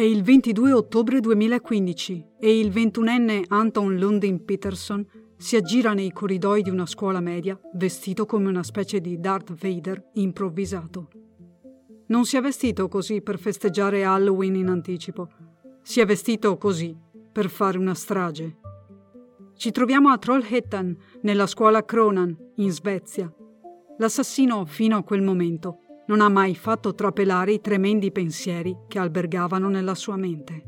il 22 ottobre 2015 e il 21enne Anton Lundin Peterson si aggira nei corridoi di una scuola media vestito come una specie di Darth Vader improvvisato. Non si è vestito così per festeggiare Halloween in anticipo. Si è vestito così per fare una strage. Ci troviamo a Trollhättan, nella scuola Kronan, in Svezia. L'assassino, fino a quel momento, non ha mai fatto trapelare i tremendi pensieri che albergavano nella sua mente.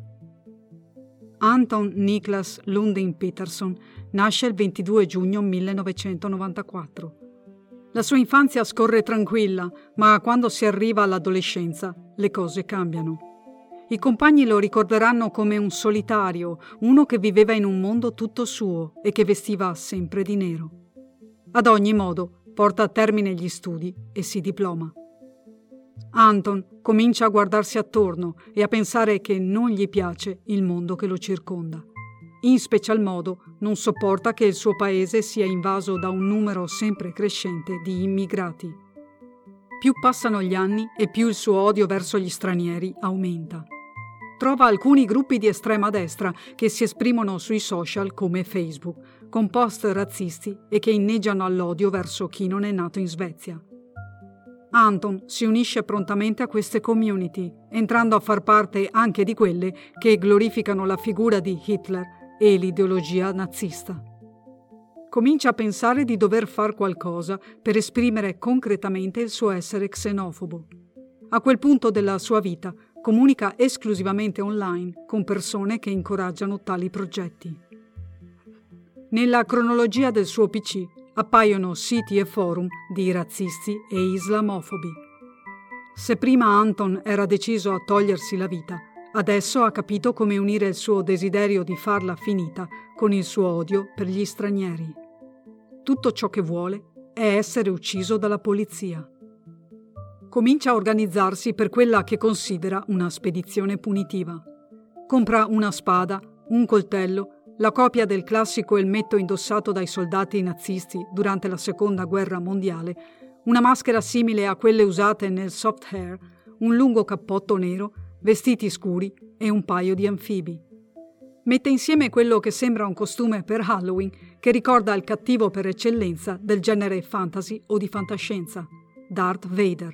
Anton Niklas Lundin Peterson nasce il 22 giugno 1994. La sua infanzia scorre tranquilla, ma quando si arriva all'adolescenza le cose cambiano. I compagni lo ricorderanno come un solitario, uno che viveva in un mondo tutto suo e che vestiva sempre di nero. Ad ogni modo, porta a termine gli studi e si diploma. Anton comincia a guardarsi attorno e a pensare che non gli piace il mondo che lo circonda. In special modo non sopporta che il suo paese sia invaso da un numero sempre crescente di immigrati. Più passano gli anni e più il suo odio verso gli stranieri aumenta. Trova alcuni gruppi di estrema destra che si esprimono sui social come Facebook, con post razzisti e che inneggiano all'odio verso chi non è nato in Svezia. Anton si unisce prontamente a queste community, entrando a far parte anche di quelle che glorificano la figura di Hitler e l'ideologia nazista. Comincia a pensare di dover far qualcosa per esprimere concretamente il suo essere xenofobo. A quel punto della sua vita comunica esclusivamente online con persone che incoraggiano tali progetti. Nella cronologia del suo PC appaiono siti e forum di razzisti e islamofobi. Se prima Anton era deciso a togliersi la vita, adesso ha capito come unire il suo desiderio di farla finita con il suo odio per gli stranieri. Tutto ciò che vuole è essere ucciso dalla polizia. Comincia a organizzarsi per quella che considera una spedizione punitiva. Compra una spada, un coltello, la copia del classico elmetto indossato dai soldati nazisti durante la Seconda Guerra Mondiale, una maschera simile a quelle usate nel soft hair, un lungo cappotto nero, vestiti scuri e un paio di anfibi. Mette insieme quello che sembra un costume per Halloween che ricorda il cattivo per eccellenza del genere fantasy o di fantascienza, Darth Vader.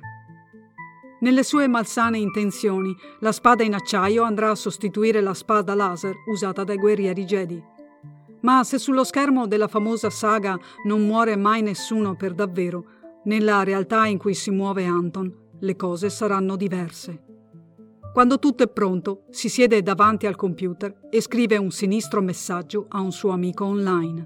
Nelle sue malsane intenzioni, la spada in acciaio andrà a sostituire la spada laser usata dai guerrieri Jedi. Ma se sullo schermo della famosa saga non muore mai nessuno per davvero, nella realtà in cui si muove Anton, le cose saranno diverse. Quando tutto è pronto, si siede davanti al computer e scrive un sinistro messaggio a un suo amico online.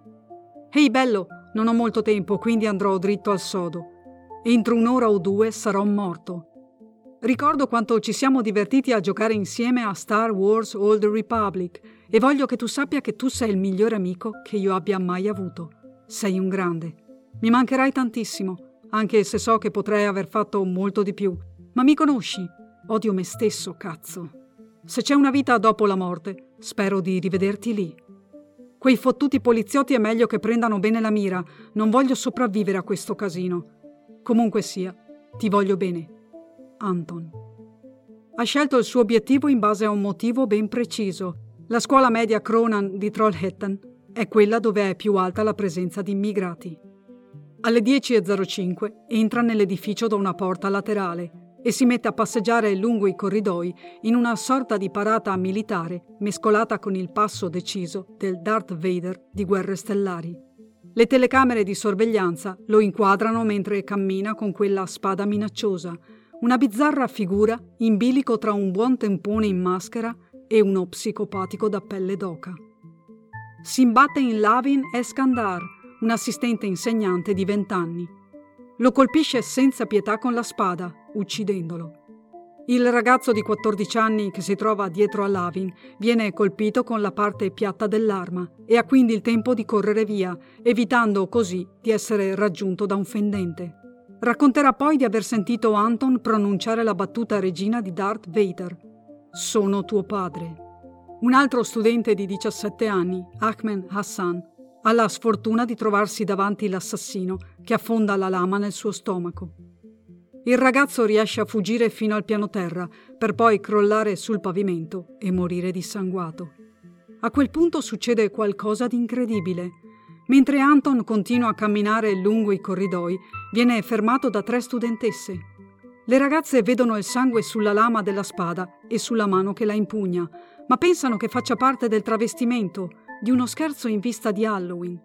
«Ehi bello, non ho molto tempo, quindi andrò dritto al sodo. Entro un'ora o due sarò morto. Ricordo quanto ci siamo divertiti a giocare insieme a Star Wars Old Republic e voglio che tu sappia che tu sei il migliore amico che io abbia mai avuto. Sei un grande. Mi mancherai tantissimo, anche se so che potrei aver fatto molto di più. Ma mi conosci? Odio me stesso, cazzo. Se c'è una vita dopo la morte, spero di rivederti lì. Quei fottuti poliziotti è meglio che prendano bene la mira. Non voglio sopravvivere a questo casino. Comunque sia, ti voglio bene. Anton». Ha scelto il suo obiettivo in base a un motivo ben preciso. La scuola media Kronan di Trollhättan è quella dove è più alta la presenza di immigrati. Alle 10:05 entra nell'edificio da una porta laterale e si mette a passeggiare lungo i corridoi in una sorta di parata militare mescolata con il passo deciso del Darth Vader di Guerre Stellari. Le telecamere di sorveglianza lo inquadrano mentre cammina con quella spada minacciosa, una bizzarra figura in bilico tra un buon tempone in maschera e uno psicopatico da pelle d'oca. Si imbatte in Lavin Eskandar, un assistente insegnante di 20 anni. Lo colpisce senza pietà con la spada, uccidendolo. Il ragazzo di 14 anni che si trova dietro a Lavin viene colpito con la parte piatta dell'arma e ha quindi il tempo di correre via, evitando così di essere raggiunto da un fendente. Racconterà poi di aver sentito Anton pronunciare la battuta regina di Darth Vader: «Sono tuo padre». Un altro studente di 17 anni, Ahmed Hassan, ha la sfortuna di trovarsi davanti l'assassino che affonda la lama nel suo stomaco. Il ragazzo riesce a fuggire fino al piano terra per poi crollare sul pavimento e morire dissanguato. A quel punto succede qualcosa di incredibile. Mentre Anton continua a camminare lungo i corridoi, viene fermato da 3 studentesse. Le ragazze vedono il sangue sulla lama della spada e sulla mano che la impugna, ma pensano che faccia parte del travestimento, di uno scherzo in vista di Halloween.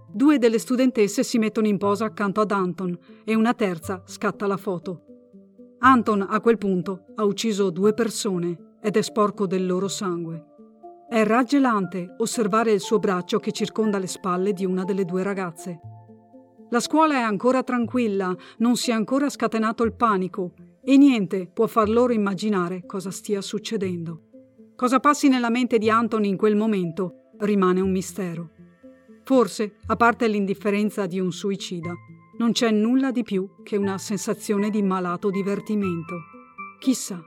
2 delle studentesse si mettono in posa accanto ad Anton e una terza scatta la foto. Anton, a quel punto, ha ucciso 2 persone ed è sporco del loro sangue. È raggelante osservare il suo braccio che circonda le spalle di una delle 2 ragazze. La scuola è ancora tranquilla, non si è ancora scatenato il panico e niente può far loro immaginare cosa stia succedendo. Cosa passi nella mente di Anton in quel momento rimane un mistero. Forse, a parte l'indifferenza di un suicida, non c'è nulla di più che una sensazione di malato divertimento. Chissà.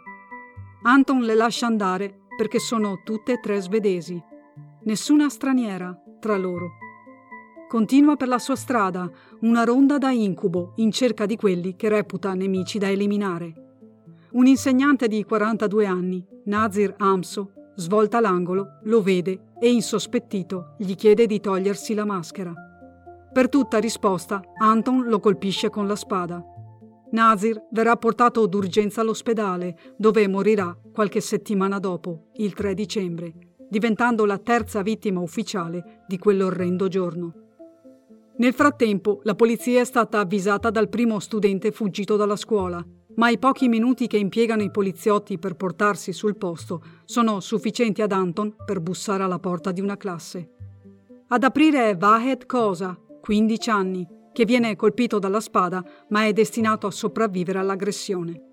Anton le lascia andare perché sono tutte e 3 svedesi. Nessuna straniera tra loro. Continua per la sua strada, una ronda da incubo in cerca di quelli che reputa nemici da eliminare. Un insegnante di 42 anni, Nazir Amso, svolta l'angolo, lo vede e insospettito gli chiede di togliersi la maschera. Per tutta risposta, Anton lo colpisce con la spada. Nazir verrà portato d'urgenza all'ospedale, dove morirà qualche settimana dopo, il 3 dicembre, diventando la 3ª vittima ufficiale di quell'orrendo giorno. Nel frattempo, la polizia è stata avvisata dal primo studente fuggito dalla scuola, ma i pochi minuti che impiegano i poliziotti per portarsi sul posto sono sufficienti ad Anton per bussare alla porta di una classe. Ad aprire è Vahed Kosa, 15 anni, che viene colpito dalla spada ma è destinato a sopravvivere all'aggressione.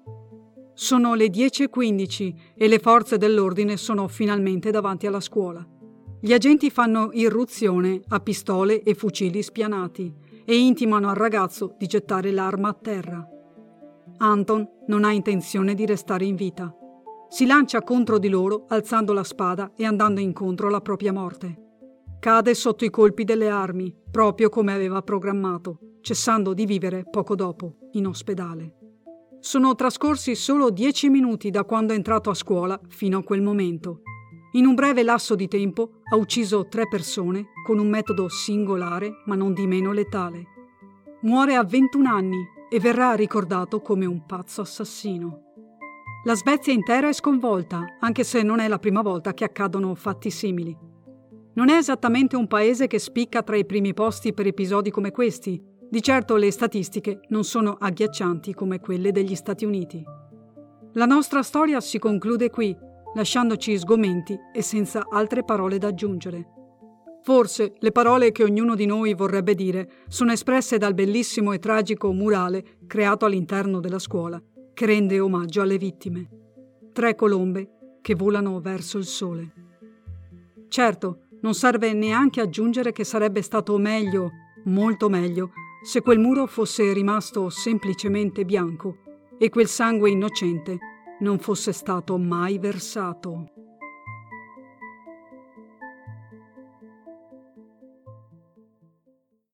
Sono le 10:15 e le forze dell'ordine sono finalmente davanti alla scuola. Gli agenti fanno irruzione a pistole e fucili spianati e intimano al ragazzo di gettare l'arma a terra. Anton non ha intenzione di restare in vita. Si lancia contro di loro alzando la spada e andando incontro alla propria morte. Cade sotto i colpi delle armi, proprio come aveva programmato, cessando di vivere poco dopo, in ospedale. Sono trascorsi solo 10 minuti da quando è entrato a scuola fino a quel momento. In un breve lasso di tempo ha ucciso 3 persone con un metodo singolare ma non di meno letale. Muore a 21 anni e verrà ricordato come un pazzo assassino. La Svezia intera è sconvolta, anche se non è la prima volta che accadono fatti simili. Non è esattamente un paese che spicca tra i primi posti per episodi come questi. Di certo le statistiche non sono agghiaccianti come quelle degli Stati Uniti. La nostra storia si conclude qui, lasciandoci sgomenti e senza altre parole da aggiungere. Forse le parole che ognuno di noi vorrebbe dire sono espresse dal bellissimo e tragico murale creato all'interno della scuola, che rende omaggio alle vittime. 3 colombe che volano verso il sole. Certo, non serve neanche aggiungere che sarebbe stato meglio, molto meglio, se quel muro fosse rimasto semplicemente bianco e quel sangue innocente non fosse stato mai versato.